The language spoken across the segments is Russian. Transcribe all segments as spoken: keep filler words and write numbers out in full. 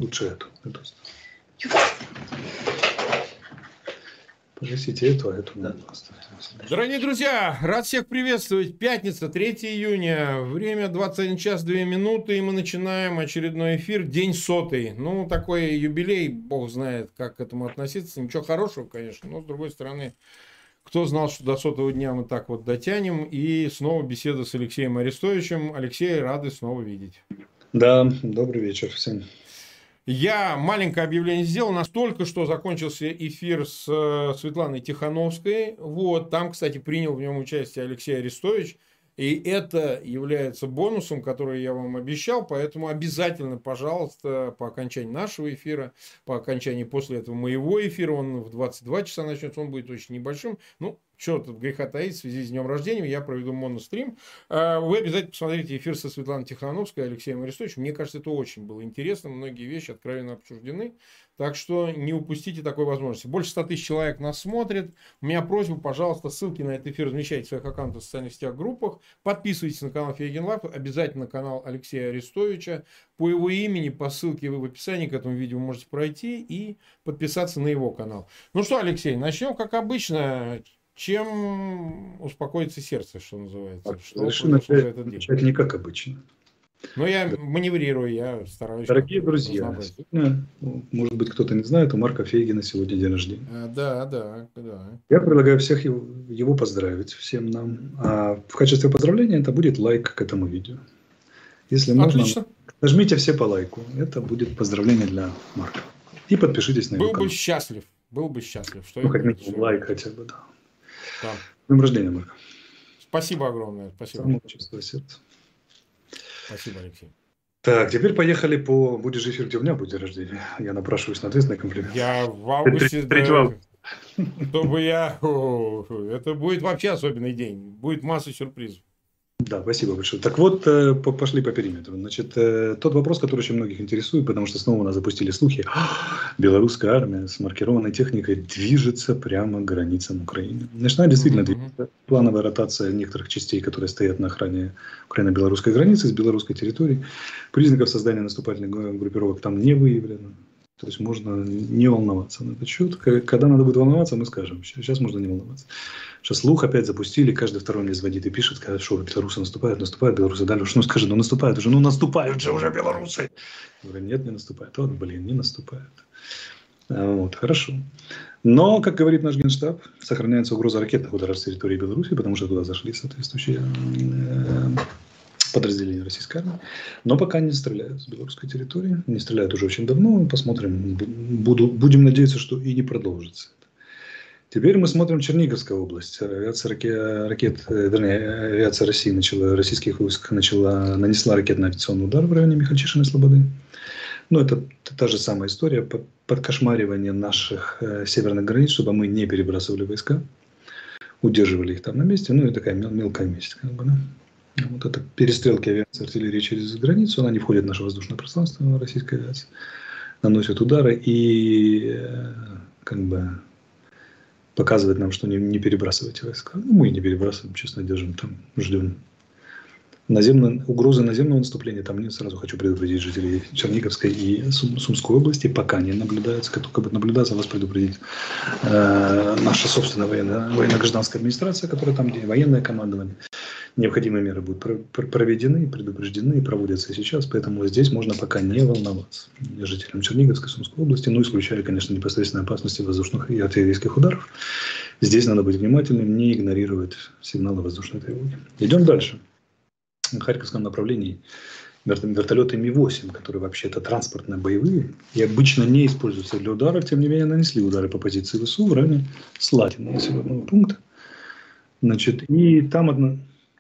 лучше эту. эту. Погасите эту, а эту да. Дорогие друзья, рад всех приветствовать. Пятница, третьего июня, время двадцать один час две минуты, и мы начинаем очередной эфир, день сотый. Ну, такой юбилей, бог знает, как к этому относиться. Ничего хорошего, конечно, но с другой стороны, кто знал, что до сотого дня мы так вот дотянем. И снова беседа с Алексеем Арестовичем. Алексей, рады снова видеть. Да, добрый вечер всем. Я маленькое объявление сделал. Настолько, что закончился эфир с Светланой Тихановской. Вот, там, кстати, принял в нем участие Алексей Арестович. И это является бонусом, который я вам обещал. Поэтому обязательно, пожалуйста, по окончании нашего эфира, по окончании после этого моего эфира, он в двадцать два часа начнется, он будет очень небольшим. Ну, что тут греха таить, в связи с днем рождения я проведу монострим. Вы обязательно посмотрите эфир со Светланой Тихановской и Алексеем Арестовичем. Мне кажется, это очень было интересно. Многие вещи откровенно обсуждены. Так что не упустите такой возможности. Больше ста тысяч человек нас смотрит. У меня просьба, пожалуйста, ссылки на этот эфир размещайте в своих аккаунтах в социальных сетях, группах. Подписывайтесь на канал Фейгин Лайф. Обязательно на канал Алексея Арестовича. По его имени, по ссылке в описании к этому видео вы можете пройти и подписаться на его канал. Ну что, Алексей, начнем как обычно. Чем успокоится сердце, что называется? Что Реши начать, начать не как обычно. Но я да. маневрирую, я стараюсь. Дорогие друзья, сегодня, может быть, кто-то не знает, у Марка Фейгина сегодня день рождения. А, да, да, да. Я предлагаю всех его, его поздравить, всем нам. А в качестве поздравления это будет лайк к этому видео. Если можно, Отлично. нажмите все по лайку. Это будет поздравление для Марка. И подпишитесь на его канал. Был бы счастлив, был бы счастлив. Что ну, как минимум лайк хотя бы, да. Да. С днем рождения, Марк. Спасибо огромное. Спасибо. Самого чистого сердца. Спасибо, Алексей. Так, теперь поехали по... Будешь же эфир, где у меня будет день рождения. Я напрашиваюсь на ответственный комплимент. Я в августе... Да, чтобы я... О, это будет вообще особенный день. Будет масса сюрпризов. Да, спасибо большое. Так вот, пошли по периметру. Значит, тот вопрос, который очень многих интересует, потому что снова у нас запустили слухи. Белорусская армия с маркированной техникой движется прямо к границам Украины. Начинает действительно mm-hmm. двигаться. Плановая ротация некоторых частей, которые стоят на охране украино-белорусской границы с белорусской территории. Признаков создания наступательных группировок там не выявлено. То есть можно не волноваться на этот счет. Когда надо будет волноваться, мы скажем. Сейчас можно не волноваться. Сейчас слух опять запустили, каждый второй мне звонит и пишет, скажет, что белорусы наступают, наступают, белорусы дальше. Ну скажи, ну наступают уже, ну наступают же уже белорусы. Я говорю, нет, не наступают. Вот, блин, не наступают. Вот, хорошо. Но, как говорит наш Генштаб, сохраняется угроза ракетных ударов с территории Беларуси, потому что туда зашли соответствующие подразделения российской армии. Но пока не стреляют с белорусской территории. Не стреляют уже очень давно. Посмотрим. Буду, будем надеяться, что и не продолжится. Теперь мы смотрим Черниговская область. Авиация, ракет, ракет, вернее, авиация России начала, российских войск начала, нанесла ракетно-авиационный удар в районе Михальчишиной Слободы. Ну, это та же самая история. Подкошмаривание наших э, северных границ, чтобы мы не перебрасывали войска. Удерживали их там на месте. Ну, и такая мел, мелкая месть. Как бы, да? Вот это перестрелки авиации, артиллерии через границу. Она не входит в наше воздушное пространство, российская авиация. Наносит удары и э, как бы... показывает нам, что не, не перебрасывайте войска. Ну, мы и не перебрасываем, честно, держим там, ждем. Наземно, угрозы наземного наступления там нет. Сразу хочу предупредить жителей Черниговской и Сум, Сумской области. Пока не наблюдается. Как только будет наблюдаться, вас предупредить э, наша собственная военная, военно-гражданская администрация, которая там, где военное командование. Необходимые меры будут проведены, предупреждены и проводятся и сейчас. Поэтому здесь можно пока не волноваться. Жителям Черниговской, Сумской области, ну, исключая, конечно, непосредственные опасности воздушных и артиллерийских ударов. Здесь надо быть внимательным, не игнорировать сигналы воздушной тревоги. Идем дальше. В Харьковском направлении вертолеты Ми восемь, которые вообще-то транспортно-боевые и обычно не используются для ударов, тем не менее нанесли удары по позиции ВСУ в районе Слатина, населенного пункта. Значит, и там одна...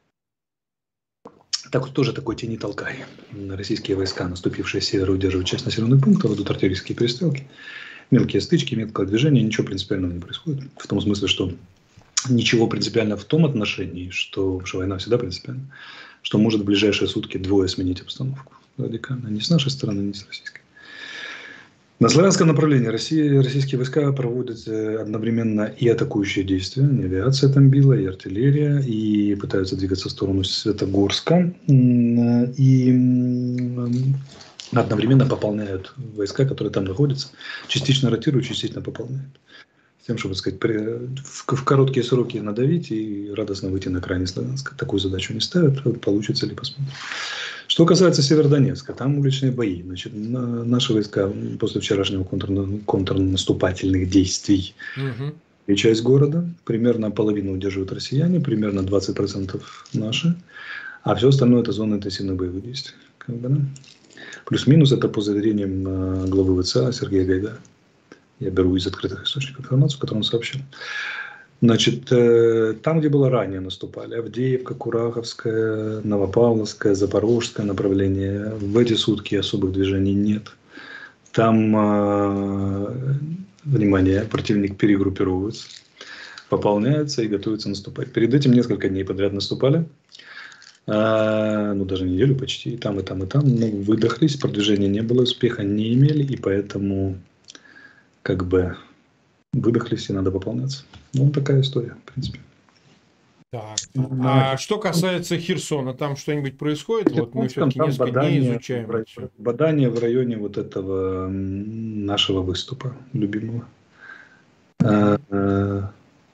Так тоже такой тени толкай. Российские войска, наступившие с севера, удерживают часть населенных пунктов, идут артиллерийские перестрелки, мелкие стычки, мелкое движение, ничего принципиального не происходит. В том смысле, что ничего принципиально в том отношении, что, что война всегда принципиальна, что может в ближайшие сутки двое сменить обстановку радикально. Не с нашей стороны, не с российской. На славянском направлении Россия, российские войска проводят одновременно и атакующие действия. И авиация там била, и артиллерия, и пытаются двигаться в сторону Светогорска. И одновременно пополняют войска, которые там находятся, частично ротируют, частично пополняют. С тем, чтобы, сказать, при, в, в короткие сроки надавить и радостно выйти на крайний Славянск. Такую задачу не ставят, вот получится ли, посмотрим. Что касается Северодонецка, там уличные бои. Значит, на, наши войска после вчерашнего контр, контрнаступательных действий Угу. и часть города, примерно половину удерживают россияне, примерно двадцать процентов наши, а все остальное это зона интенсивных боевых действий. Как бы, да? Плюс-минус это по заверениям э, главы ВЦА Сергея Гайдая. Я беру из открытых источников информацию, которую он сообщил. Значит, э, там, где было ранее наступали, Авдеевка, Кураховская, Новопавловская, Запорожское направление, в эти сутки особых движений нет. Там, э, внимание, противник перегруппировывается, пополняется и готовится наступать. Перед этим несколько дней подряд наступали. А, ну, даже неделю почти, и там, и там, и там, но выдохлись, продвижения не было, успеха не имели, и поэтому, как бы, выдохлись, и надо пополняться. Ну, такая история, в принципе. Так. А что касается Херсона, там что-нибудь происходит? Вот мы все-таки там несколько бадание, дней изучаем это все. Бадание в районе вот этого нашего выступа любимого. А, а,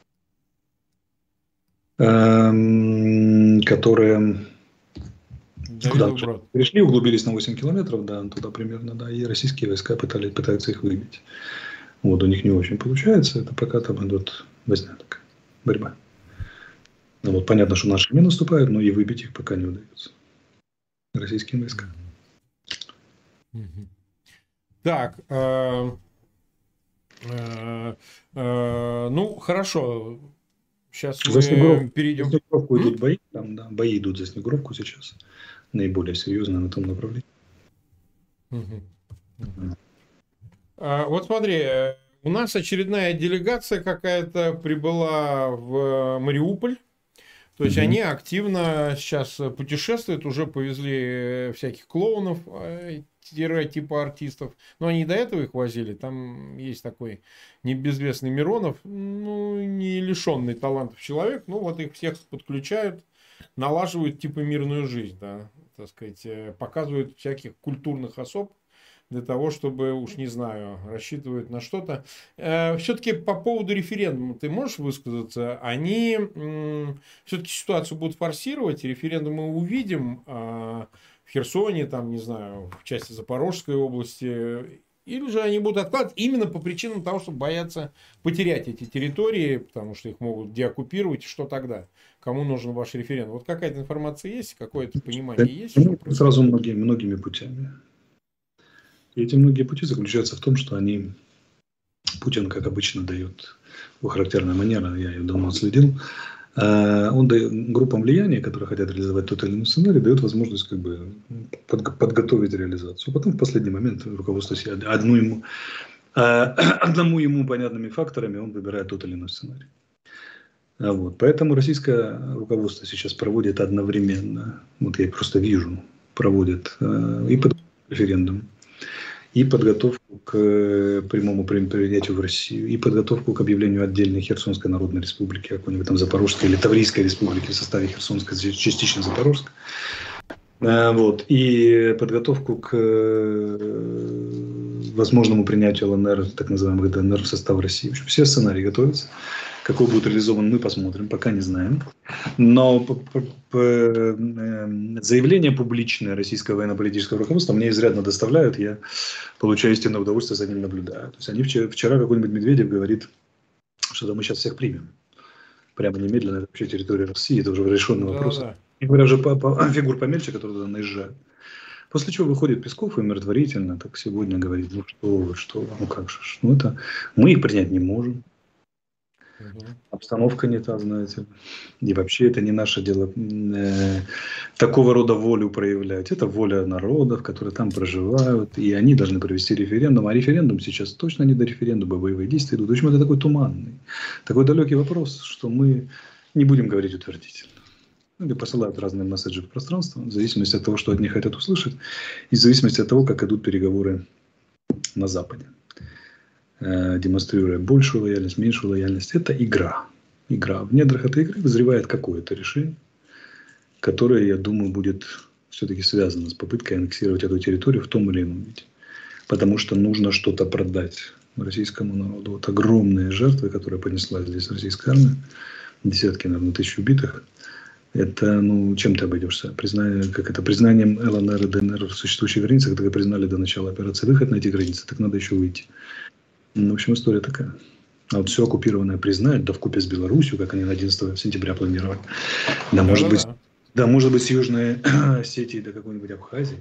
а, которые куда пришли, углубились на восемь километров, да, туда примерно, да, и российские войска пытались, пытаются их выбить. Вот, у них не очень получается, это пока там идет возня такая, борьба. Ну, вот понятно, что наши не наступают, но и выбить их пока не удается. Российские войска. Так, э, э, э, ну, хорошо. Сейчас мы Снегуров, перейдем. За Снегуровку идут бои, там, да, бои идут за Снегуровку сейчас. Наиболее серьезно на том направлении. Угу. Угу. А, вот смотри, у нас очередная делегация какая-то прибыла в Мариуполь. То есть mm-hmm. они активно сейчас путешествуют, уже повезли всяких клоунов, типа артистов. Но они до этого их возили. Там есть такой небезвестный Миронов, ну, не лишенный талантов человек. Ну, вот их всех подключают, налаживают типа мирную жизнь, да, так сказать, показывают всяких культурных особ для того, чтобы, уж не знаю, рассчитывают на что-то. Все-таки по поводу референдума ты можешь высказаться? Они все-таки ситуацию будут форсировать, референдум мы увидим в Херсоне, там, не знаю, в части Запорожской области, или же они будут откладывать именно по причинам того, чтобы боятся потерять эти территории, потому что их могут деоккупировать, что тогда? Кому нужен ваш референдум? Вот какая-то информация есть, какое-то понимание да, есть? Ну, сразу многими, многими путями. И эти многие пути заключаются в том, что они, Путин, как обычно, дает его характерная манера, я ее давно следил, он дает группам влияния, которые хотят реализовать тот или иной сценарий, дает возможность как бы подготовить реализацию. Потом в последний момент руководство себя одну ему, одному ему понятными факторами он выбирает тот или иной сценарий. Вот. Поэтому российское руководство сейчас проводит одновременно, вот я просто вижу, проводит и под референдум, и подготовку к прямому принятию в Россию, и подготовку к объявлению отдельной Херсонской Народной Республики, какой-нибудь там Запорожской или Таврийской Республики в составе Херсонской, частично Запорожской. Вот. И подготовку к возможному принятию ЛНР, так называемых ДНР, в состав России. В общем, все сценарии готовятся. Какой будет реализован, мы посмотрим, пока не знаем. Но заявления публичные российского военно-политического руководства мне изрядно доставляют. Я получаю истинное удовольствие за ним наблюдаю. То есть они вчера, вчера какой-нибудь Медведев говорит, что да, мы сейчас всех примем. Прямо немедленно, это вообще территория России, это уже решенный да, вопрос. Да. И говоря же по, по, фигур помельче, которые туда наезжают. После чего выходит Песков и умиротворительно, так сегодня говорит, ну что вы, что, ну как же, ну это, мы их принять не можем. Угу. Обстановка не та, знаете. И вообще это не наше дело э, такого рода волю проявлять. Это воля народов, которые там проживают. И они должны провести референдум. А референдум сейчас точно не до референдума. Боевые действия идут. В общем, это такой туманный, такой далекий вопрос, что мы не будем говорить утвердительно. Или посылают разные месседжи в пространство, в зависимости от того, что от них хотят услышать. И в зависимости от того, как идут переговоры на Западе. Демонстрируя большую лояльность, меньшую лояльность. Это игра. Игра. В недрах этой игры вызревает какое-то решение, которое, я думаю, будет все-таки связано с попыткой аннексировать эту территорию в том или ином виде. Потому что нужно что-то продать российскому народу. Вот огромные жертвы, которые понесла здесь российская армия, десятки, наверное, тысяч убитых. Это, ну, чем ты обойдешься? Признание, как это, признанием ЛНР и ДНР в существующих границах, которые признали до начала операции выход на эти границы, так надо еще выйти. Ну, в общем, история такая. А вот все оккупированное признают, да вкупе с Беларусью, как они на одиннадцатого сентября планировали. Да, да может да, быть, да. да, может быть, с Южной Осетии до какой-нибудь Абхазии.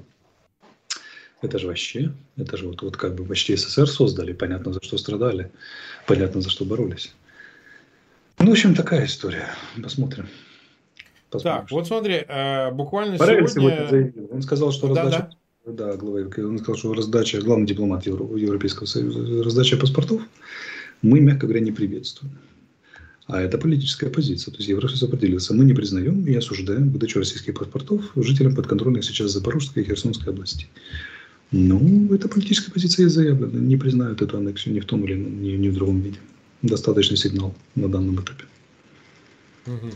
Это же вообще, это же вот, вот как бы почти СССР создали, понятно, за что страдали, понятно, за что боролись. Ну, в общем, такая история. Посмотрим. Посмотрим. Так, вот смотри, э, буквально Боррель сегодня... сегодня заявил. Он сказал, что да, раздача... Да. Да, глава, он сказал, что раздача, главный дипломат Евро, Европейского Союза, раздача паспортов мы, мягко говоря, не приветствуем. А это политическая позиция. То есть Евросоюз определился. Мы не признаем и осуждаем выдачу российских паспортов жителям подконтрольных сейчас Запорожской и Херсонской областей. Ну, эта политическая позиция и заявлена. Не признают эту аннексию ни в том или ни, ни в другом виде. Достаточный сигнал на данном этапе. Угу.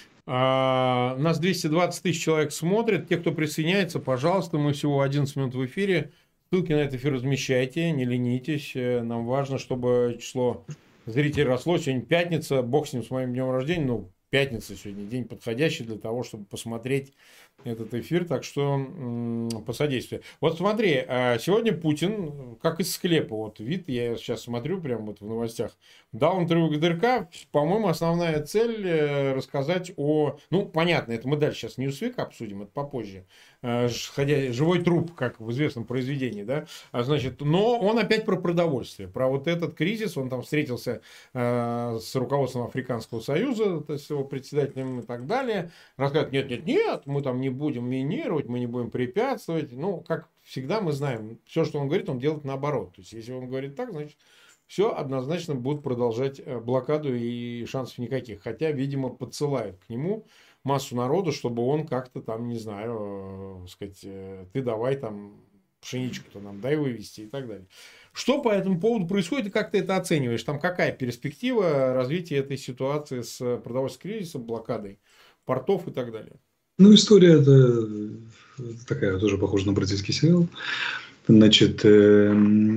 А, нас двести двадцать тысяч человек смотрят. Те, кто присоединяется, пожалуйста, мы всего одиннадцать минут в эфире. Ссылки на этот эфир размещайте, не ленитесь. Нам важно, чтобы число зрителей росло. Сегодня пятница, бог с ним, с моим днем рождения. Ну, пятница сегодня, день подходящий для того, чтобы посмотреть этот эфир, так что м- посодействие. Вот смотри, сегодня Путин, как из склепа, вот вид, я сейчас смотрю прямо вот в новостях, дал интервью ГДРК, по-моему, основная цель рассказать о, ну, понятно, это мы дальше сейчас Newsweek обсудим, это попозже, ходя, живой труп, как в известном произведении, да, а, значит, но он опять про продовольствие, про вот этот кризис, он там встретился э, с руководством Африканского Союза, то есть его председателем и так далее, рассказывает, нет, нет, нет, мы там не будем минировать, мы не будем препятствовать. Ну, как всегда мы знаем, все, что он говорит, он делает наоборот. То есть, если он говорит так, значит, все однозначно будут продолжать блокаду и шансов никаких. Хотя, видимо, подсылают к нему массу народу, чтобы он как-то там, не знаю, э, сказать, э, ты давай там пшеничку-то нам дай вывести и так далее. Что по этому поводу происходит и как ты это оцениваешь? Там какая перспектива развития этой ситуации с продовольственным кризисом, блокадой портов и так далее? Ну, история это такая, тоже похожа на бразильский сериал. Значит, э,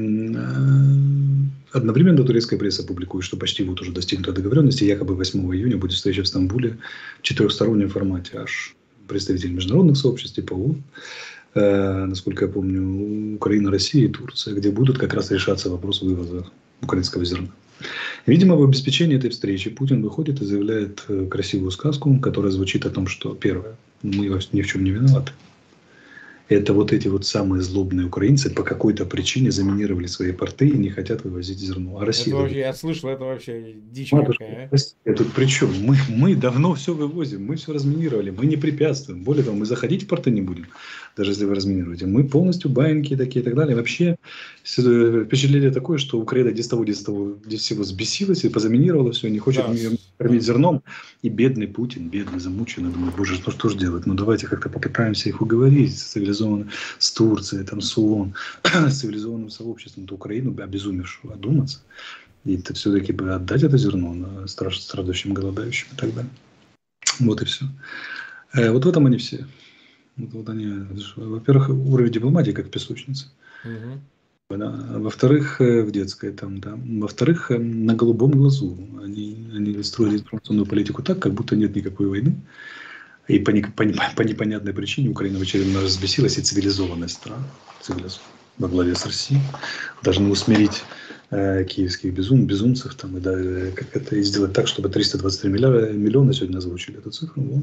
одновременно турецкая пресса публикует, что почти вот уже достигнута договоренности. Якобы восьмого июня будет встреча в Стамбуле в четырехстороннем формате. Аж представители международных сообществ, типа ООН, э, насколько я помню, Украина, Россия и Турция, где будут как раз решаться вопросы вывоза украинского зерна. Видимо, в обеспечении этой встречи Путин выходит и заявляет красивую сказку, которая звучит о том, что, первое, мы ни в чем не виноваты. Это вот эти вот самые злобные украинцы по какой-то причине заминировали свои порты и не хотят вывозить зерно. А Россия... Это вообще, я слышал, это вообще дичь какая. А? Тут при чем? Мы, мы давно все вывозим, мы все разминировали, мы не препятствуем. Более того, мы заходить в порты не будем, даже если вы разминируете. Мы полностью баиньки такие и так далее. Вообще впечатление такое, что Украина где с того, где с того, где всего взбесилась и позаминировала все, не хочет да. кормить зерном. И бедный Путин, бедный, замученный, думаю, боже, ну что же делать? Ну давайте как-то попытаемся их уговорить цивилизованно с Турцией, там, с ООН, с цивилизованным сообществом, то Украину, обезумевшую, одуматься. И это все-таки бы отдать это зерно на страждущим, голодающим и так далее. Вот и все. Э, вот в этом они все. Вот, вот они, во-первых, уровень дипломатии как в песочнице. Угу. Да. Во-вторых, в детской там, да. Во-вторых, на голубом глазу. Они, они строят информационную политику так, как будто нет никакой войны. И по, по, по непонятной причине Украина в очередной раз взбесилась, и цивилизованная страна, цивилизованная, во главе с Россией, должны усмирить э, киевских безум, безумцев там, и, да, как это, и сделать так, чтобы триста двадцать три миллиона сегодня озвучили эту цифру. Вот.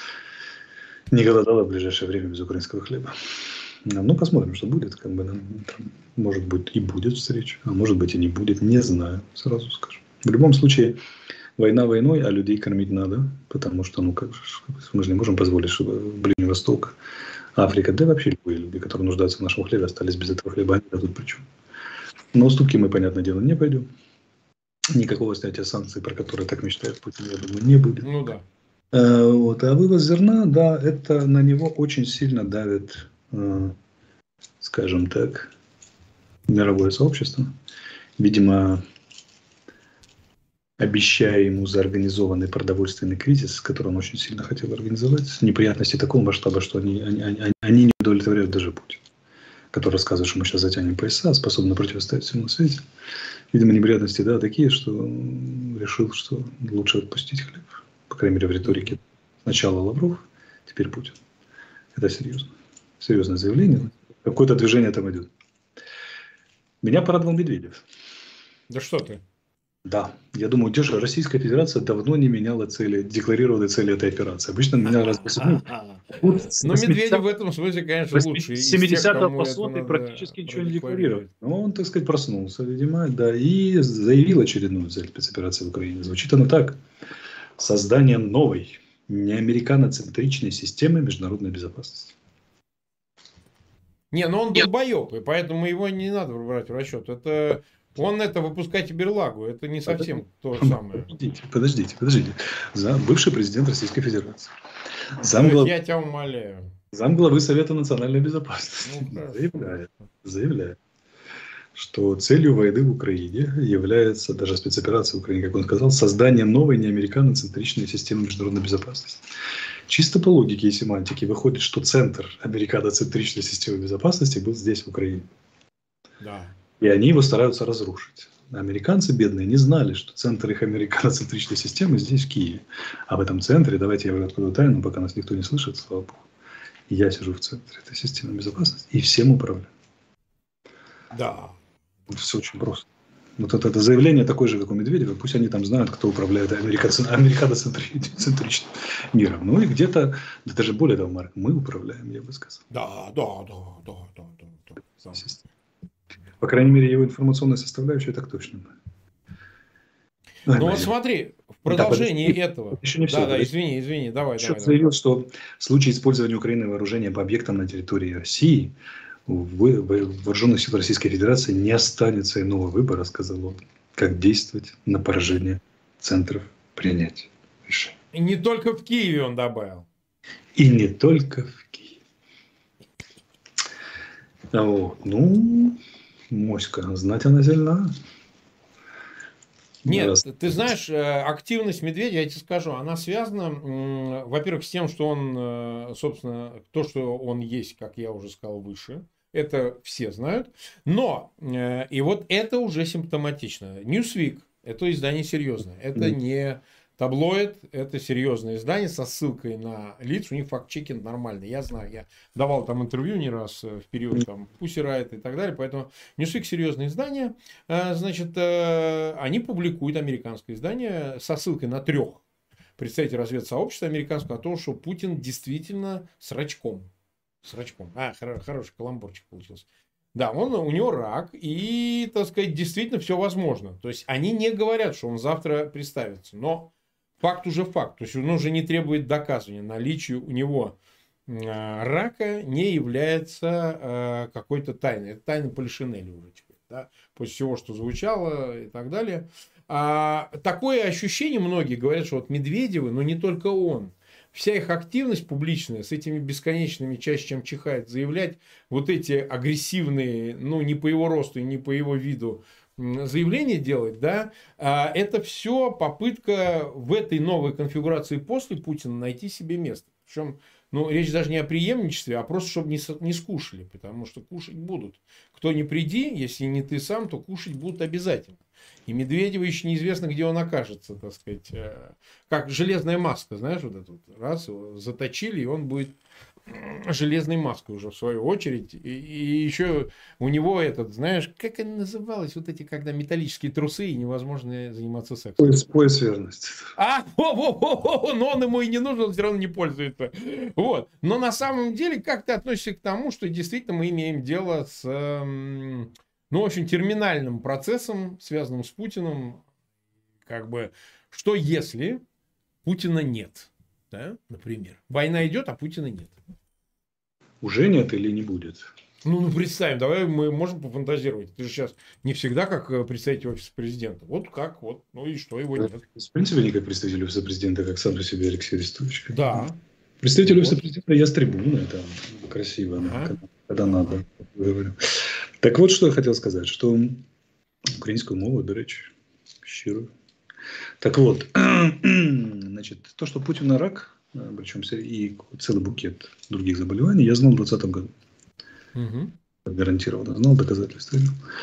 Не голодало в ближайшее время без украинского хлеба. Ну, посмотрим, что будет. Как бы, там, может быть, и будет встреча, а может быть, и не будет. Не знаю, сразу скажу. В любом случае, война войной, а людей кормить надо. Потому что, ну, как же, мы же не можем позволить, чтобы Ближний Восток, Африка, да и вообще любые люди, которые нуждаются в нашем хлебе, остались без этого хлеба. Они тут при чем? На уступки мы, понятное дело, не пойдем. Никакого снятия санкций, про которые так мечтает Путин, я думаю, не будет. Ну да. А, вот. А вывоз зерна, да, это на него очень сильно давит, скажем так, мировое сообщество. Видимо, обещая ему заорганизованный продовольственный кризис, который он очень сильно хотел организовать, неприятности такого масштаба, что они, они, они, они не удовлетворяют даже Путина, который рассказывает, что мы сейчас затянем пояса, способны противостоять всему на свете. Видимо, неприятности, да, такие, что решил, что лучше отпустить хлеб. По крайней мере, в риторике. Сначала Лавров, теперь Путин. Это серьезно. Серьезное заявление. Какое-то движение там идет. Меня порадовал Медведев. Да что ты? Да, я думаю, держа, Российская Федерация давно не меняла цели, декларированные цели этой операции. Обычно меня раз в восемь. Но Медведев в этом смысле, конечно, лучше. С семидесятого по сотый практически ничего не декларировал. Но он, так сказать, проснулся, видимо, да, и заявил очередную цель спецоперации в Украине. Звучит она так. Создание новой, неамериканоцентричной системы международной безопасности. Не, но он долбоеб, и поэтому его не надо брать в расчет. Это... Он это выпускать Берлагу, это не совсем то же самое. Подождите, подождите, подождите. За бывший президент Российской Федерации. Замглав... Я тебя умоляю. Замглавы Совета национальной безопасности ну, заявляет, заявляет, что целью войны в Украине является, даже спецоперация в Украине, как он сказал, создание новой неамериканоцентричной системы международной безопасности. Чисто по логике и семантике выходит, что центр американоцентричной системы безопасности был здесь, в Украине. Да. И они его стараются разрушить. Американцы бедные не знали, что центр их американоцентричной системы здесь, в Киеве. А в этом центре, давайте я говорю откуда тайну, пока нас никто не слышит, слава богу. Я сижу в центре этой системы безопасности и всем управляю. Да. Все очень просто. Вот это, это заявление такое же, как у Медведева. Пусть они там знают, кто управляет американоцентричным миром. Ну и где-то, да даже более того, Марк, мы управляем, я бы сказал. Да, да, да, да, да, да. да. По крайней мере, его информационная составляющая так точно. Ну вот смотри, в продолжении да, этого. Еще не все. Да, да, извини, извини, давай, Счет давай. заявил, давай. что в случае использования Украины вооружения по объектам на территории России в вооруженных сил Российской Федерации не останется иного выбора, сказал он, как действовать на поражение центров принятия решений. И не только в Киеве он добавил. И не только в Киеве. Вот. Ну, моська, знать она сильна. Нет, Раз. Ты знаешь, активность Медведева, я тебе скажу, она связана, во-первых, с тем, что он, собственно, то, что он есть, как я уже сказал выше, это все знают. Но, и вот это уже симптоматично. Newsweek – это издание серьезное. Это не таблоид, это серьезное издание со ссылкой на лиц. У них факт-чекинг нормальный. Я знаю, я давал там интервью не раз в период там Pussy Riot и так далее. Поэтому Newsweek серьезное издание. Значит, они публикуют, американское издание, со ссылкой на трех представителей разведсообщества американского о том, что Путин действительно с рачком. С рачком. А, хор- хороший каламбурчик получился. Да, он, у него рак, и, так сказать, действительно все возможно. То есть, они не говорят, что он завтра представится. Но факт уже факт. То есть, он уже не требует доказывания. Наличие у него э, рака не является э, какой-то тайной. Это тайна Полишинеля уже теперь. Да? После всего, что звучало и так далее. А, такое ощущение, многие говорят, что вот Медведевы, но не только он. Вся их активность публичная с этими бесконечными, чаще, чем чихает, заявлять вот эти агрессивные, ну, не по его росту и не по его виду заявления делать, да, это все попытка в этой новой конфигурации после Путина найти себе место. Причем, ну, речь даже не о преемничестве, а просто, чтобы не, не скушали, потому что кушать будут. Кто не приди, если не ты сам, то кушать будут обязательно. И Медведева еще неизвестно, где он окажется, так сказать. Как железная маска, знаешь, вот эту. Раз его заточили, и он будет железной маской уже в свою очередь. И, и еще у него этот, знаешь, как это называлось, вот эти, когда металлические трусы и невозможно заниматься сексом. Пояс, пояс верности. А, во-во-во-во, но он ему и не нужен, он все равно не пользуется. Вот. Но на самом деле, как ты относишься к тому, что действительно мы имеем дело с... Ну, в общем, терминальным процессом, связанным с Путиным, как бы, что если Путина нет, да, например. Война идет, а Путина нет. Уже нет или не будет? Ну, ну, представим, давай мы можем пофантазировать. Ты же сейчас не всегда как представитель офиса президента. Вот как, вот, ну и что, его нет. В принципе, не как представитель офиса президента, как сам по себе Алексей Арестович. Да. Представитель вот. Офиса президента, я с трибуны, это красиво, ага. когда, когда надо, говорю. Так вот, что я хотел сказать, что українською мовою, до речі, щиро, Так вот, значит, то, что Путин рак, причем и целый букет других заболеваний, я знал в двадцатом году. Угу. Гарантированно знал, доказательства.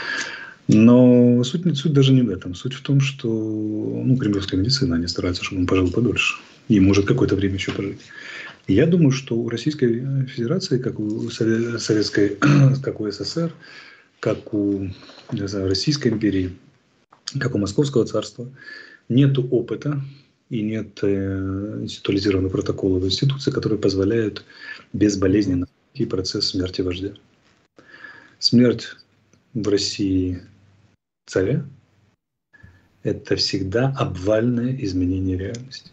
Но суть, суть даже не в этом. Суть в том, что ну, кремлевская медицина, они стараются, чтобы он пожил подольше. И может какое-то время еще пожить. И я думаю, что у Российской Федерации, как у Советской, как у СССР, как у не знаю, Российской империи, как у Московского царства, нет опыта и нет э, институализированных протоколов в институции, которые позволяют безболезненно пройти процесс смерти вождя. Смерть в России царя – это всегда обвальное изменение реальности.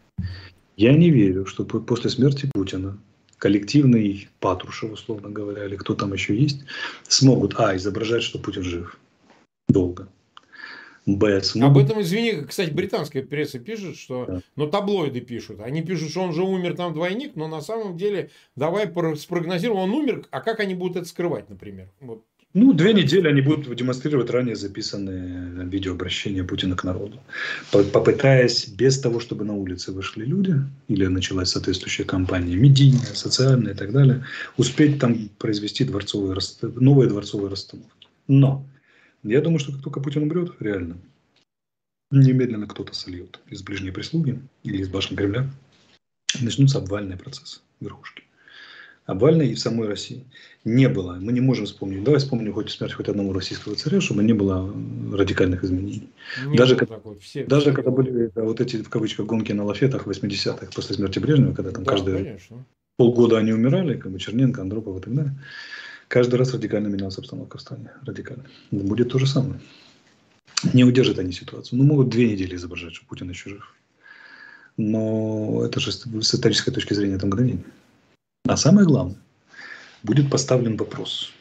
Я не верю, что после смерти Путина коллективный Патрушев, условно говоря, или кто там еще есть, смогут, а, изображать, что Путин жив долго. Б, смогут... Об этом, извини, кстати, британская пресса пишет, что, да. ну, таблоиды пишут. Они пишут, что он же умер там двойник, но на самом деле, давай спрогнозируем, он умер, а как они будут это скрывать, например? Вот. Ну, две недели они будут демонстрировать ранее записанные видеообращения Путина к народу. Попытаясь без того, чтобы на улице вышли люди, или началась соответствующая кампания медийная, социальная и так далее, успеть там произвести дворцовые, новые дворцовые расстановки. Но я думаю, что как только Путин умрет, реально, немедленно кто-то сольет из ближней прислуги или из башни Кремля, начнутся обвальные процессы верхушки. Обвальной и в самой России не было. Мы не можем вспомнить. Давай вспомним хоть смерть хоть одного российского царя, чтобы не было радикальных изменений. Не даже когда, все, даже все когда были да, вот эти, в кавычках, гонки на лафетах в восьмидесятых, после смерти Брежнева, когда там да, каждые конечно. полгода они умирали, как бы Черненко, Андропов и так далее. Каждый раз радикально менялась обстановка в стране. Радикально. Будет то же самое. Не удержат они ситуацию. Ну, могут две недели изображать, что Путин еще жив. Но это же с исторической точки зрения это мгновение. А самое главное, будет поставлен вопрос,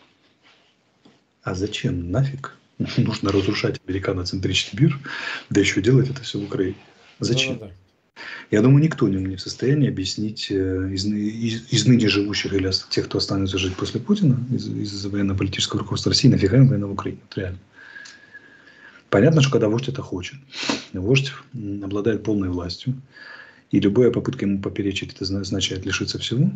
а зачем нафиг нужно разрушать американоцентричный мир, да еще делать это все в Украине? Зачем? Да, да, да. Я думаю, никто не в состоянии объяснить из, из, из ныне живущих или тех, кто останется жить после Путина, из, из военно-политического руководства России, нафига им война в Украине. Вот реально. Понятно, что когда вождь это хочет, вождь обладает полной властью, и любая попытка ему поперечить, это означает лишиться всего,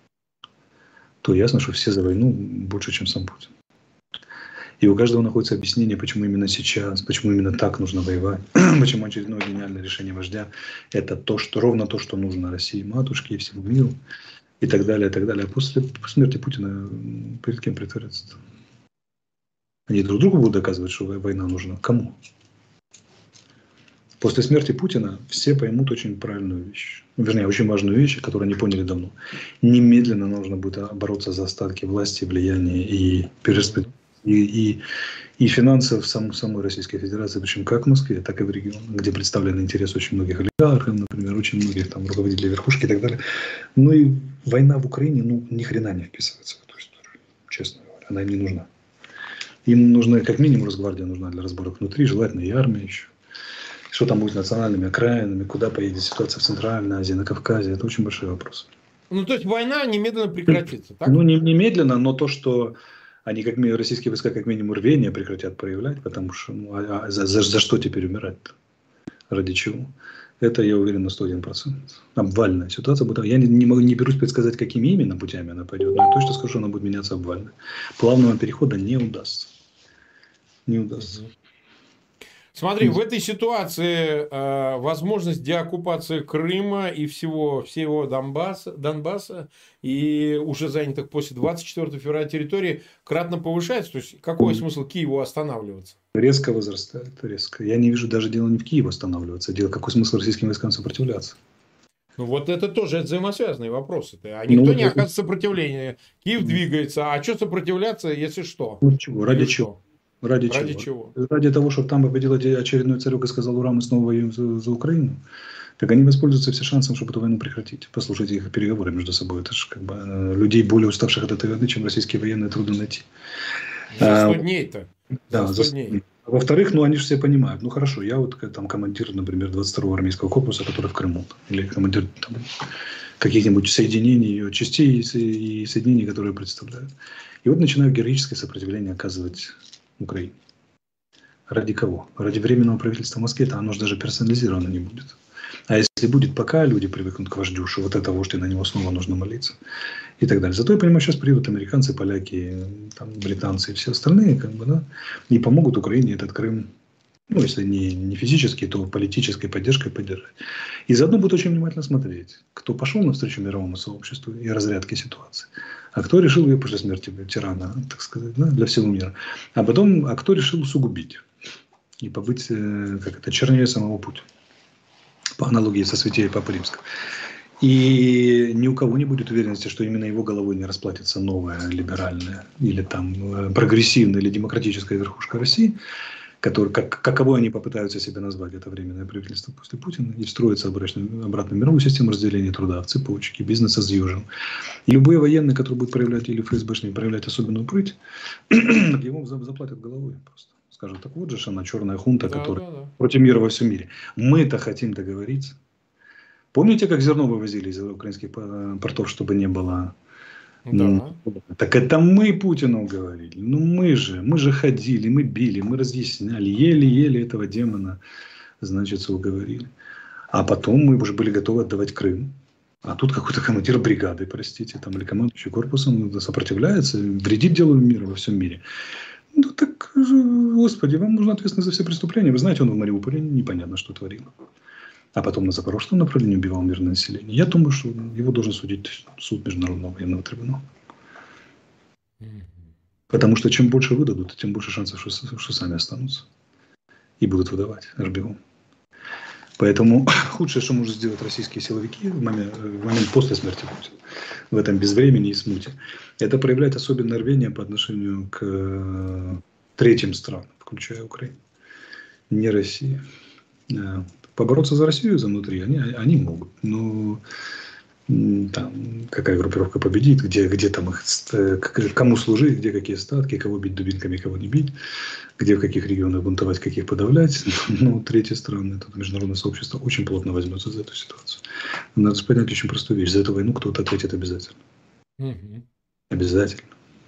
то ясно, что все за войну больше, чем сам Путин. И у каждого находится объяснение, почему именно сейчас, почему именно так нужно воевать, почему очередное гениальное решение вождя – это то, что, ровно то, что нужно России, матушке и всему миру, и так далее, и так далее. А после смерти Путина перед кем притворяться-то? Они друг другу будут доказывать, что война нужна. Кому? После смерти Путина все поймут очень правильную вещь. Вернее, очень важную вещь, которую они поняли давно. Немедленно нужно будет бороться за остатки власти, влияния и перспектив, и, и, и финансов сам, самой Российской Федерации, причем как в Москве, так и в регионах, где представлены интересы очень многих олигархов, например, очень многих там руководителей верхушки и так далее. Ну и война в Украине, ну, ни хрена не вписывается в эту историю, честно говоря. Она им не нужна. Им нужна, как минимум, Росгвардия нужна для разборок внутри, желательно и армия еще. Что там будет с национальными окраинами, куда поедет ситуация в Центральной Азии, на Кавказе, это очень большой вопрос. Ну, то есть война немедленно прекратится, так? Ну, не немедленно, но то, что они, как российские войска, как минимум рвение прекратят проявлять, потому что ну, а, а за, за, за что теперь умирать-то? Ради чего? Это, я уверен, на сто один процент. Обвальная ситуация будет. Я не, не, могу, не берусь предсказать, какими именно путями она пойдет, но я точно скажу, что она будет меняться обвально. Плавного перехода не удастся. Не удастся. Смотри, в этой ситуации э, возможность деоккупации Крыма и всего, всего Донбасса, Донбасса и уже занятых после двадцать четвёртого февраля территории кратно повышается. То есть, какой смысл Киеву останавливаться? Резко возрастает, резко. Я не вижу даже дела не в Киеве останавливаться, дело какой смысл российским войскам сопротивляться. Ну, вот это тоже взаимосвязанные вопросы. А никто ну, не оказывает сопротивления. Киев двигается. А что сопротивляться, если что? Ну, чего? Ради чего? Что? Ради, Ради чего? чего? Ради того, чтобы там победил очередной царек и сказал, ура, мы снова воюем за, за Украину. Так они воспользуются все шансом, чтобы эту войну прекратить. Послушайте их переговоры между собой. Это же как бы людей, более уставших от этой войны, чем российские военные, трудно найти. За сто дней-то. Да, за сто дней. Во-вторых, ну они же все понимают. Ну хорошо, я вот там командир, например, двадцать второго армейского корпуса, который в Крыму. Или командир там, каких-нибудь соединений, частей и соединений, которые представляют. И вот начинаю героическое сопротивление оказывать Украине. Ради кого? Ради временного правительства в Москве-то оно же даже персонализировано не будет. А если будет, пока люди привыкнут к вождю, что вот это вождь, и на него снова нужно молиться. И так далее. Зато я понимаю, сейчас приедут американцы, поляки, там, британцы и все остальные, как бы, да, и помогут Украине этот Крым, ну, если не, не физически, то политической поддержкой поддержать. И заодно будут очень внимательно смотреть, кто пошел навстречу мировому сообществу и разрядке ситуации, а кто решил ее после смерти тирана, так сказать, да, для всего мира. А потом, а кто решил усугубить и побыть, как это, чернее самого Путина. По аналогии со святей Папой Римским. И ни у кого не будет уверенности, что именно его головой не расплатится новая либеральная или там прогрессивная или демократическая верхушка России, который, как, каково они попытаются себя назвать, это временное правительство после Путина, и встроится обратно, обратно в мировую систему разделения труда, в цепочке, бизнес as usual. И любые военные, которые будут проявлять, или ФСБшники проявлять особенную прыть, его заплатят головой просто. Скажут, так вот же она, черная хунта, да, которая да, да. против мира во всем мире. Мы-то хотим договориться. Помните, как зерно вывозили из украинских портов, чтобы не было... Да. Ну, так это мы Путину говорили. Ну мы же, мы же ходили, мы били, мы разъясняли, еле-еле этого демона, значит, уговорили. А потом мы уже были готовы отдавать Крым. А тут какой-то командир бригады, простите, там, или командующий корпусом сопротивляется, вредит делу мира во всем мире. Ну так, господи, вам нужна ответственность за все преступления. Вы знаете, он в Мариуполе непонятно, что творил. А потом на Запорожском направлении убивал мирное население. Я думаю, что его должен судить суд Международного военного трибунала. Потому что чем больше выдадут, тем больше шансов, что, что сами останутся. И будут выдавать аж бегом. Поэтому худшее, что могут сделать российские силовики в момент, в момент после смерти Путина, в этом безвремени и смуте, это проявлять особенное рвение по отношению к третьим странам, включая Украину, не России. Побороться за Россию, за внутри, они, они могут. Но там, какая группировка победит, где, где там их, кому служить, где какие статки, кого бить дубинками, кого не бить, где в каких регионах бунтовать, каких подавлять. Но третьи страны, это международное сообщество очень плотно возьмется за эту ситуацию. Надо понять очень простую вещь. За эту войну кто-то ответит обязательно. Угу. Обязательно.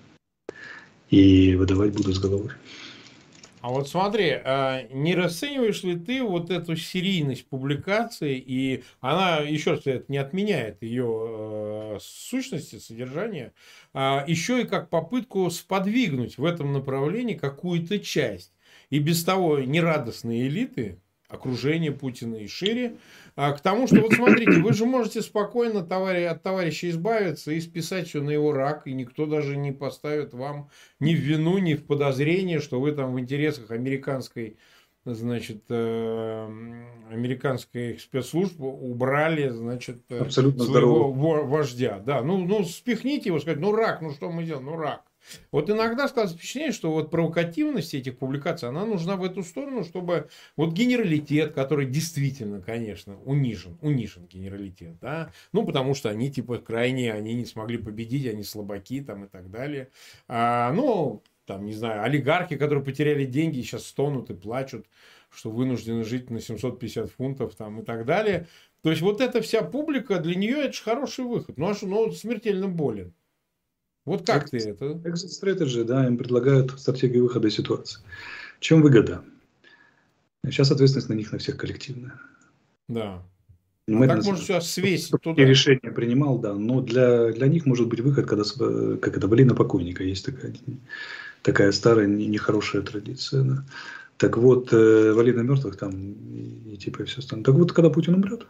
И выдавать будут с головой. А вот смотри, не расцениваешь ли ты вот эту серийность публикаций, и она, еще раз, это не отменяет ее сущности, содержания, еще и как попытку сподвигнуть в этом направлении какую-то часть и без того нерадостной элиты, окружение Путина и шире, к тому, что, вот смотрите, вы же можете спокойно товарищ, от товарища избавиться и списать все на его рак, и никто даже не поставит вам ни в вину, ни в подозрение, что вы там в интересах американской, значит, э, американской спецслужб убрали, значит, абсолютно своего здорово. Вождя. Да, ну, ну, спихните его, сказать, ну, рак, ну, что мы делаем, ну, рак. Вот иногда складывается впечатление, что вот провокативность этих публикаций, она нужна в эту сторону, чтобы вот генералитет, который действительно, конечно, унижен, унижен генералитет, да, ну, потому что они типа крайние, они не смогли победить, они слабаки там и так далее, а, ну, там, не знаю, олигархи, которые потеряли деньги, сейчас стонут и плачут, что вынуждены жить на семьсот пятьдесят фунтов там и так далее. То есть вот эта вся публика, для нее это же хороший выход, ну, а что, ну, он смертельно болен. Вот как Exit, ты это? Exit strategy, да, им предлагают стратегию выхода из ситуации. В чем выгода? Сейчас ответственность на них на всех коллективная. Да. А так может сейчас свесить туда. Решение принимал, да, но для, для них может быть выход, когда, как это, вали на покойника, есть такая, такая старая нехорошая традиция. Да. Так вот, э, вали на мертвых там и, и типа и все остальное. Так вот, когда Путин умрет,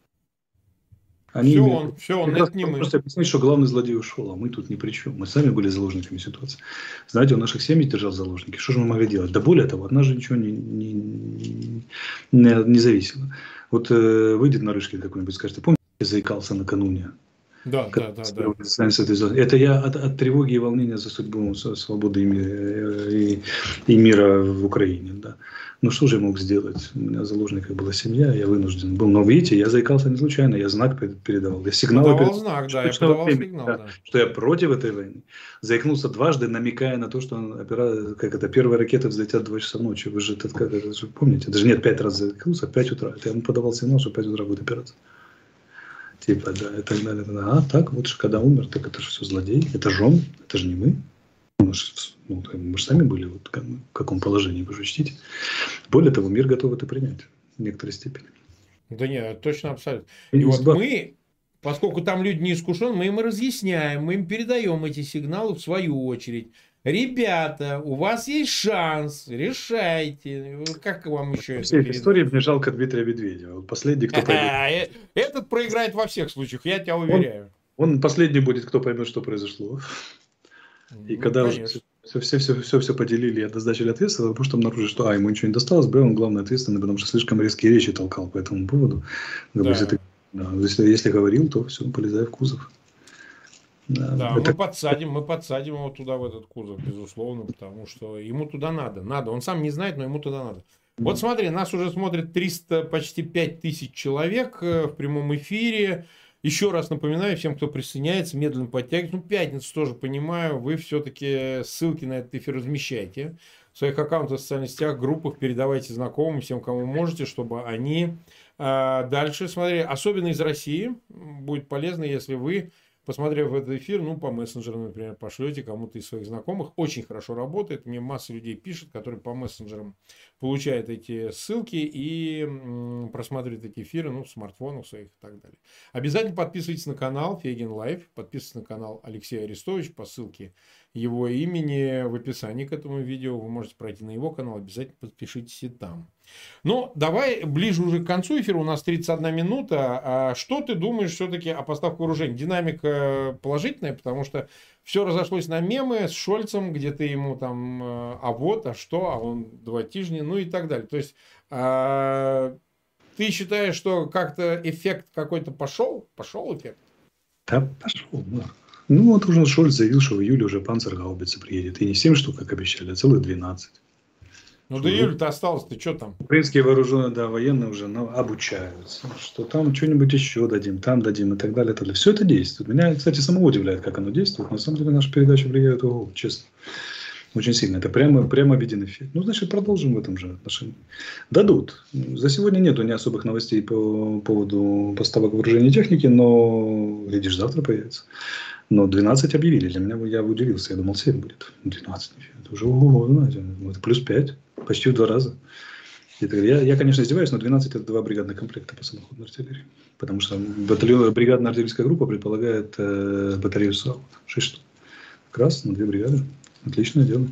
Они все имеют... он, все он, это не мы. Просто объяснить, что главный злодей ушел, а мы тут ни при чем. Мы сами были заложниками ситуации. Знаете, он наших семей держал заложники. Что же мы могли делать? Да более того, от нас же ничего не, не, не, не зависело. Вот э, выйдет Нарышкин какой-нибудь, скажет, помните, я заикался накануне? Да, да, да, да. Это я от, от тревоги и волнения за судьбу свободы и, и, и мира в Украине. Да. Ну что же я мог сделать? У меня заложников была семья, я вынужден был. Но видите, я заикался не случайно, я знак передавал. Я сигнал передавал знак, да, я подавал время, сигнал, да, да. Что я против этой войны. Заикнулся дважды, намекая на то, что опера... как это, первые ракеты взлетят в два часа ночи. Вы же, это, как это, же помните? Даже нет, пять раз заикнулся, в пять утра. Это я ему подавал сигнал, что в пять утра будет операция. Типа, да, и так далее. А так, вот же, когда умер, так это же все злодей. Это же он, это же не мы. Мы же, ну, мы же сами были вот в каком положении, вы же учтите. Более того, мир готов это принять в некоторой степени. Да нет, точно, абсолютно. И, и вот мы, поскольку там люди не искушены, мы им разъясняем, мы им передаем эти сигналы в свою очередь. Ребята, у вас есть шанс, решайте. Как вам еще это передать? Истории мне жалко Дмитрия Медведева. Последний, кто поймет. Этот проиграет во всех случаях, я тебя уверяю. Он, он последний будет, кто поймет, что произошло. И ну, когда конечно. уже все, все, все, все, все поделили и отдачили ответственность, потому что обнаружили, что а, ему ничего не досталось, б, он главный ответственный, потому что слишком резкие речи толкал по этому поводу. Да. Если, ты, да, если, если говорил, то все, полезай в кузов. Да, да это... мы подсадим, мы подсадим его туда, в этот кузов, безусловно, потому что ему туда надо. Надо. Он сам не знает, но ему туда надо. Mm-hmm. Вот смотри, нас уже смотрит триста, почти пять тысяч человек в прямом эфире. Еще раз напоминаю всем, кто присоединяется, медленно подтягивается. Ну, пятницу тоже понимаю, вы все-таки ссылки на этот эфир размещайте в своих аккаунтах, в социальных сетях, группах, передавайте знакомым, всем, кому можете, чтобы они э, дальше смотрели. Особенно из России будет полезно, если вы, посмотрев этот эфир, ну, по мессенджерам, например, пошлете кому-то из своих знакомых. Очень хорошо работает. Мне масса людей пишет, которые по мессенджерам получают эти ссылки и м, просматривают эти эфиры, ну, в смартфонах своих и так далее. Обязательно подписывайтесь на канал Фейгин Лайв, подписывайтесь на канал Алексея Арестовича по ссылке его имени в описании к этому видео. Вы можете пройти на его канал, обязательно подпишитесь и там. Ну, давай ближе уже к концу эфира, у нас тридцать одна минута. А что ты думаешь все-таки о поставках вооружений? Динамика положительная, потому что все разошлось на мемы с Шольцем, где ты ему там, а вот, а что, а он два тижня, ну и так далее. То есть, а, ты считаешь, что как-то эффект какой-то пошел? Пошел эффект? Да, пошел, да. Ну, вот уже Шольц заявил, что в июле уже панцергаубица приедет. И не семь штук, как обещали, а целых двенадцать. Ну, что до июля-то осталось, ты что там? Украинские вооруженные, да, военные уже ну, обучаются. Что там что-нибудь еще дадим, там дадим и так далее. И так далее. Все это действует. Меня, кстати, самого удивляет, как оно действует. На самом деле, наша передача влияет, ого, честно. Очень сильно. Это прямо, прямо виден эффект. Ну, значит, продолжим в этом же отношении. Дадут. За сегодня нету ни особых новостей по поводу поставок вооружения и техники, но, видишь, завтра появится. Но двенадцать объявили. Для меня я удивился. Я думал, семь будет. двенадцать. Это уже ого, знаете, это плюс пять. Почти в два раза. Это, я, я, конечно, издеваюсь, но двенадцать это два бригадных комплекта по самоходной артиллерии. Потому что батальон, бригадная артиллерийская группа предполагает э, батарею САУ. шесть штук. Как раз на две бригады. Отличное дело.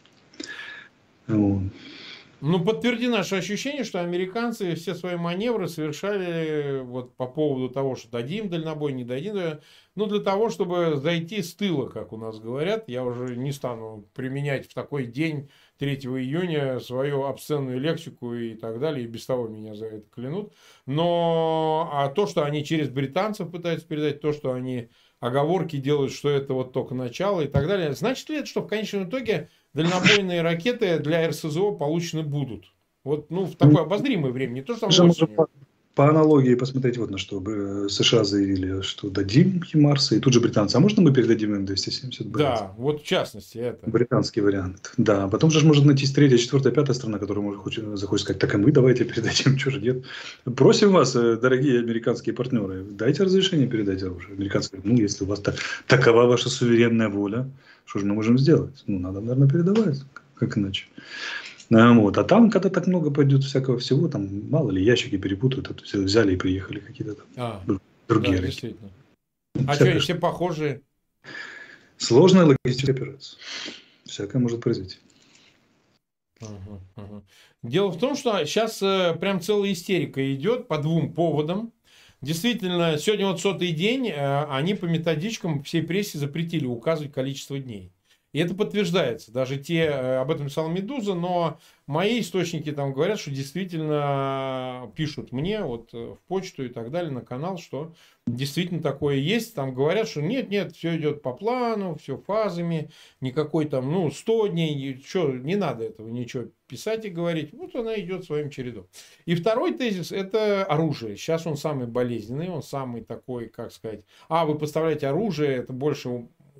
Вот. Ну, подтверди наше ощущение, что американцы все свои маневры совершали вот по поводу того, что дадим дальнобой, не дадим. Ну, для того, чтобы зайти с тыла, как у нас говорят. Я уже не стану применять в такой день третьего июня свою обсценную лексику и так далее. И без того меня за это клянут. Но а то, что они через британцев пытаются передать, то, что они оговорки делают, что это вот только начало и так далее. Значит ли это, что в конечном итоге дальнобойные ракеты для эр эс зэ о получены будут? Вот, ну, в такое обозримое время, не то, что там осенью. По, по аналогии посмотреть вот на что. США заявили, что дадим Химарсы, и тут же британцы. А можно мы передадим им двести семьдесят бэ? Да, вот в частности это. Британский вариант. Да, потом же может найтись третья, четвертая, пятая страна, которая может, хочет, захочет сказать, так и мы давайте передадим, что же нет. Просим вас, дорогие американские партнеры, дайте разрешение передать оружие. Американцы говорят, ну, если у вас так, такова ваша суверенная воля, что же мы можем сделать? Ну, надо, наверное, передавать, как иначе. А, вот. А там, когда так много пойдет всякого всего, там, мало ли, ящики перепутают, это все взяли и приехали какие-то там а, другие. Да, действительно. А что, все похожие? Сложная логистическая операция. Всякое может произойти. Ага, ага. Дело в том, что сейчас э, прям целая истерика идет по двум поводам. Действительно, сегодня вот сотый день, э, они по методичкам всей прессе запретили указывать количество дней. И это подтверждается. Даже те, об этом писала Медуза, но мои источники там говорят, что действительно пишут мне вот в почту и так далее, на канал, что действительно такое есть. Там говорят, что нет, нет, все идет по плану, все фазами, никакой там, ну, сто дней, что, не надо этого ничего писать и говорить. Вот она идет своим чередом. И второй тезис – это оружие. Сейчас он самый болезненный, он самый такой, как сказать, а, вы поставляете оружие, это больше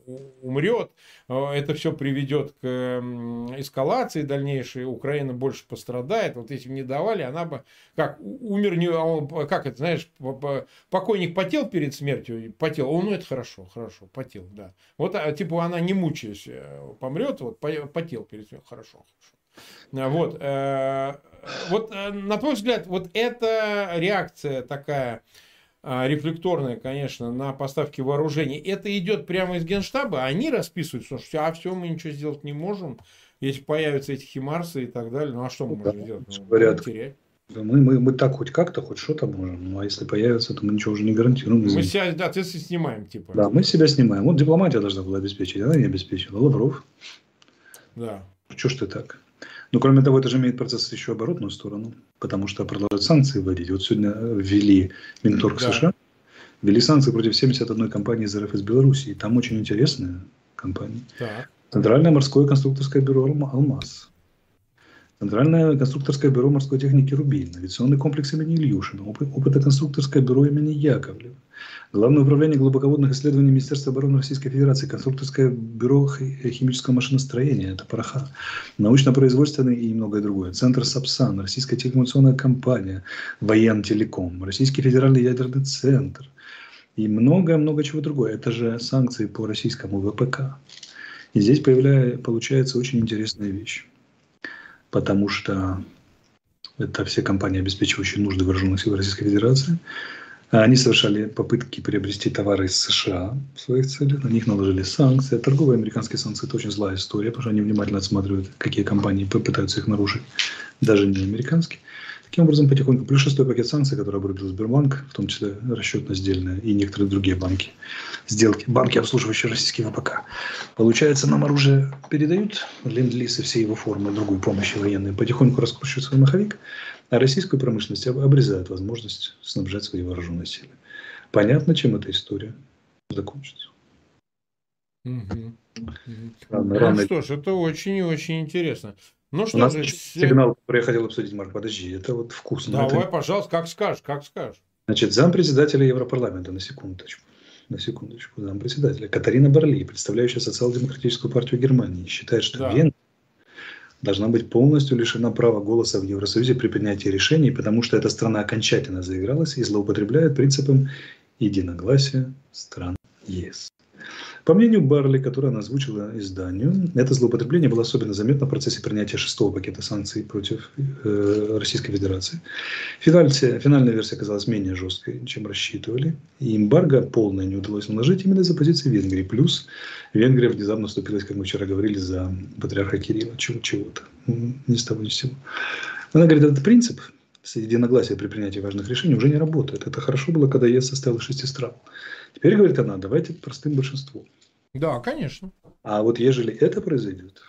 умрет, это все приведет к эскалации дальнейшей, Украина больше пострадает. Вот если бы не давали, она бы, как умер, не, как это, знаешь, покойник потел перед смертью, потел, о, ну это хорошо, хорошо, потел, да. Вот, типа, она не мучаясь помрет, вот, потел перед смертью, хорошо, хорошо. Вот, вот, на твой взгляд, вот эта реакция такая рефлекторная, конечно, на поставки вооружений, это идет прямо из Генштаба, они расписываются, что а все, мы ничего сделать не можем, если появятся эти химарсы и так далее, ну а что мы Ну, можем да, сделать? Ну, говорят, терять. мы, мы, мы так хоть как-то, хоть что-то можем, ну а если появится, то мы ничего уже не гарантируем. Мы себя, да, ответственность снимаем, типа. Да, мы себя снимаем. Вот дипломатия должна была обеспечить, она не обеспечила. Лавров. Да. Чего ж ты так? Но кроме того, это же имеет процесс еще оборотную сторону, потому что продолжают санкции вводить. Вот сегодня ввели Минторг Да. США, ввели санкции против семьдесят одной компании из РФ из Беларуси. Там очень интересная компания. Так. Центральное морское конструкторское бюро «Алмаз». Центральное конструкторское бюро морской техники «Рубин», авиационный комплекс имени Ильюшина, опытно-конструкторское бюро имени Яковлева, Главное управление глубоководных исследований Министерства обороны Российской Федерации, конструкторское бюро химического машиностроения, это ПАРАХА, научно-производственный и многое другое, Центр САПСАН, Российская телекоммуникационная компания, Воентелеком, Российский федеральный ядерный центр и многое-много чего другое. Это же санкции по российскому ВПК. И здесь появляется, получается очень интересная вещь. Потому что это все компании, обеспечивающие нужды вооруженных сил Российской Федерации. Они совершали попытки приобрести товары из США в своих целях. На них наложили санкции. Торговые американские санкции – это очень злая история, потому что они внимательно отсматривают, какие компании попытаются их нарушить, даже не американские. Таким образом, потихоньку, плюс шестой пакет санкций, который обрубил Сбербанк, в том числе расчетно-сдельная и некоторые другие банки, сделки, банки, обслуживающие российский ВПК. Получается, нам оружие передают, ленд-лиз и все его формы другой помощи военной, потихоньку раскручивают свой маховик, а российскую промышленность обрезают возможность снабжать свои вооруженные силы. Понятно, чем эта история закончится. Угу. Рано, ну рано. что ж, это очень и очень интересно. Ну У что нас же, сигнал, который я хотел обсудить, Марк, подожди, это вот вкусно. Давай, это... пожалуйста, как скажешь, как скажешь. Значит, зампредседателя Европарламента, на секундочку, на секундочку, зампредседателя, Катарина Барли, представляющая социал-демократическую партию Германии, считает, что Да. Венгрия должна быть полностью лишена права голоса в Евросоюзе при принятии решений, потому что эта страна окончательно заигралась и злоупотребляет принципом единогласия стран ЕС. По мнению Барли, которое она озвучила изданию, это злоупотребление было особенно заметно в процессе принятия шестого пакета санкций против э, Российской Федерации. Финальная, финальная версия оказалась менее жесткой, чем рассчитывали. И эмбарго полное не удалось наложить именно из-за позиции Венгрии. Плюс Венгрия внезапно вступилась, как мы вчера говорили, за патриарха Кирилла. Чего-то. Ни с того ни с сего. Она говорит, этот принцип единогласия при принятии важных решений уже не работает. Это хорошо было, когда ЕС состоял из шести стран. Теперь, говорит она, давайте простым большинством. Да, конечно. А вот ежели это произойдет,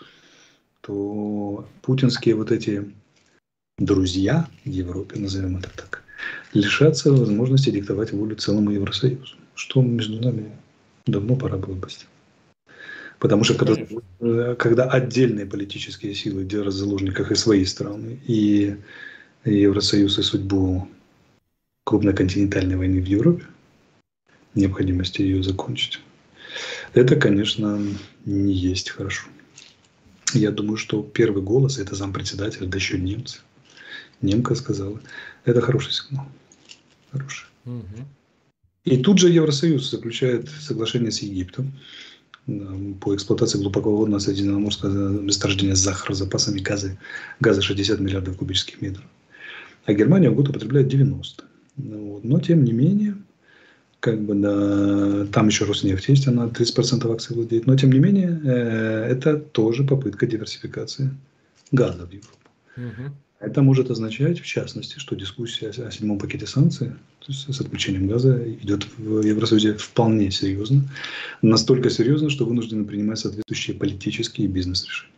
то путинские вот эти друзья в Европе, назовем это так, лишатся возможности диктовать волю целому Евросоюзу. Что между нами давно пора было бы сделать. Потому что когда, когда отдельные политические силы держат в заложниках и свои страны, и Евросоюз, и судьбу крупной континентальной войны в Европе, необходимости ее закончить, это, конечно, не есть хорошо. Я думаю, что первый голос, это зампредседателя, да еще немцы. Немка сказала, это хороший сигнал. Хороший. Угу. И тут же Евросоюз заключает соглашение с Египтом по эксплуатации глубоководного средиземноморского месторождения Захар с запасами газа, газа шестьдесят миллиардов кубических метров. А Германия в год употребляет девяносто. Вот. Но, тем не менее, как бы, да, там еще Роснефть есть, она тридцать процентов акций владеет. Но, тем не менее, э, это тоже попытка диверсификации газа в Европу. Угу. Это может означать, в частности, что дискуссия о седьмом пакете санкций, то есть с отключением газа, идет в Евросоюзе вполне серьезно. Настолько серьезно, что вынуждены принимать соответствующие политические и бизнес-решения.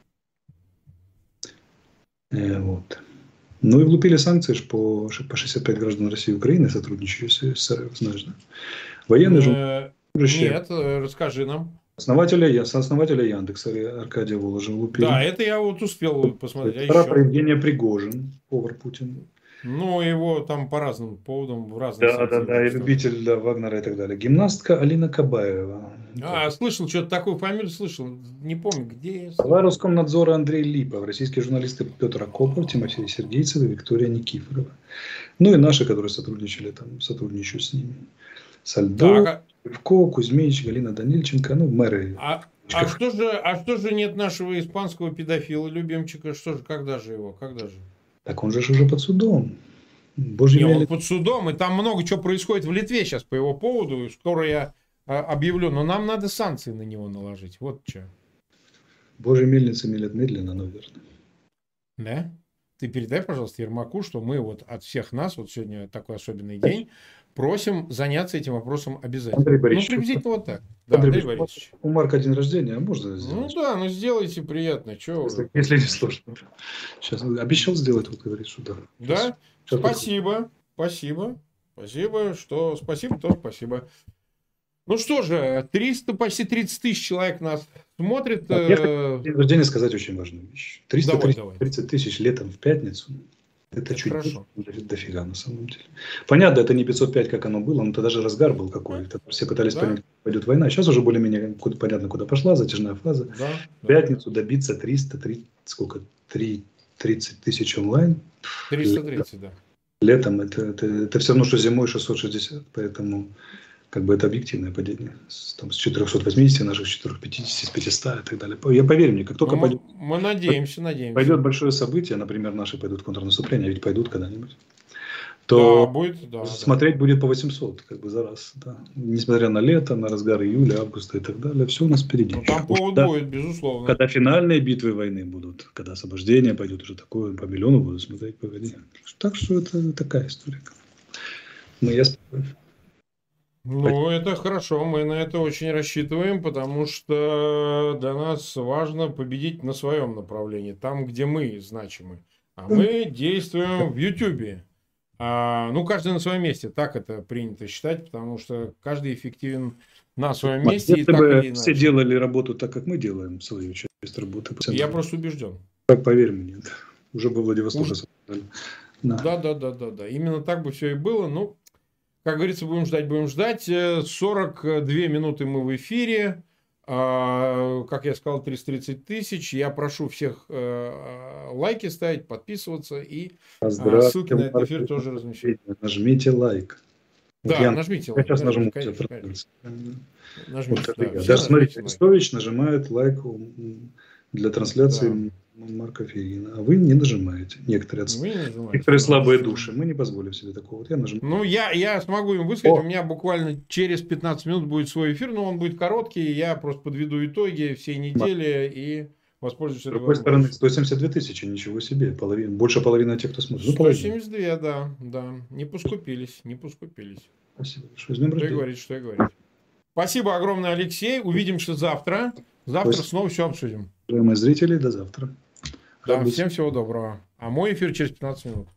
Э, вот. Ну и влупили санкции по, по шестьдесят пять граждан России и Украины, сотрудничающие с РФ, знаешь, да? Военный же... Нет, расскажи нам. Основателя, сооснователя Яндекса Аркадия Воложева лупили. Да, это я вот успел посмотреть. А Евгения Пригожин, повар Путина. Ну, его там по разным поводам, в разных Да, да, да, и любитель да, Вагнера и так далее. Гимнастка Алина Кабаева. А, слышал, что-то такую фамилию слышал. Не помню, где я Глава Роскомнадзора Андрей Липов, российские журналисты Петр Акопов, Тимофей Сергейцев и Виктория Никифорова. Ну и наши, которые сотрудничали там, сотрудничают с ними. Сальдо, Левко, Кузьмич, Галина Данильченко, ну, мэры. А, а, что же, а что же нет нашего испанского педофила, любимчика? Что же, когда же его, когда же? Так он же уже под судом. Божьей Не, мели... он под судом, и там много чего происходит в Литве сейчас по его поводу, скоро я а, объявлю, но нам надо санкции на него наложить, вот что. Божьи мельницы мелят медленно, но верно. Да? Ты передай, пожалуйста, Ермаку, что мы вот от всех нас, вот сегодня такой особенный день, просим заняться этим вопросом обязательно. Андрей Борисович, ну, приблизительно вот так. Да, Андрей, Андрей Борисович. У Марка день рождения, можно сделать? Ну да, ну сделайте приятно. Чего если, вы? если не сложно. Сейчас обещал сделать, вот говорит, что да. Да? Сейчас спасибо, подходит. спасибо, спасибо, что спасибо, то спасибо. Ну что же, триста, почти тридцать тысяч человек нас смотрит. Я день рождения сказать очень важную вещь. триста тридцать тысяч летом в пятницу. Это, это чуть хорошо. Дофига на самом деле. Понятно, это не пятьсот пять, как оно было, но тогда же разгар был какой-то. Все пытались да. понять, как пойдет война. Сейчас уже более-менее куда, понятно, куда пошла, затяжная фаза. Да, в пятницу да. добиться триста тридцать, сколько? тридцать тысяч онлайн. триста тридцать, да. Летом это, это, это все равно, что зимой шестьсот шестьдесят. Поэтому как бы это объективное падение. С, там, с четырехсот восьмидесяти наших четырехсот пятидесяти, с пятисот и так далее. Я поверь мне, как только ну, пойдет... Мы надеемся, надеемся. Пойдет большое событие, например, наши пойдут в контрнаступление, ведь пойдут когда-нибудь. То да, будет, да, смотреть да. будет по восемьсот, как бы за раз. Да. Несмотря на лето, на разгар июля, августа и так далее, все у нас впереди. Ну, там повод да, будет, безусловно. Когда финальные битвы войны будут, когда освобождение пойдет уже такое, по миллиону будут смотреть, погоди. Так что это такая история. Но я спокоен. Ну, это хорошо, мы на это очень рассчитываем, потому что для нас важно победить на своем направлении, там, где мы значимы. А мы действуем в Ютубе. А, ну, каждый на своем месте, так это принято считать, потому что каждый эффективен на своем месте. Если и так бы или все иначе. делали работу так, как мы делаем, свою часть работы. Я просто убежден. Поверь мне, уже бы Владивосток. Уж... Да. да, да, да, да, да. Именно так бы все и было. Ну, как говорится, будем ждать, будем ждать. сорок две минуты мы в эфире. Как я сказал, триста тридцать тысяч. Я прошу всех лайки ставить, подписываться и ссылки на этот эфир тоже размещать. Нажмите лайк. Да, я, нажмите я лайк. Сейчас нажму. Конечно, конечно. Нажмите, вот, да, даже смотрите, Арестович нажимает лайк для трансляции да. Марка Фейгина, а вы не нажимаете. Некоторые, от... Некоторые слабые души. Мы не позволим себе такого. Вот я нажимаю. Ну, я, я смогу им высказать. О. У меня буквально через пятнадцать минут будет свой эфир, но он будет короткий. Я просто подведу итоги всей недели и воспользуюсь. С другой стороны, сто семьдесят две тысячи, ничего себе. Половина, больше половины тех, кто смотрит. сто семьдесят две, да, да. Не поскупились, не поскупились. Спасибо большое. С днем рождения. Что и говорить, что и говорить. Спасибо огромное, Алексей. Увидимся завтра. Завтра Спасибо. Снова все обсудим. Уважаемые зрители, до завтра. Да, всем всего доброго. А мой эфир через пятнадцать минут.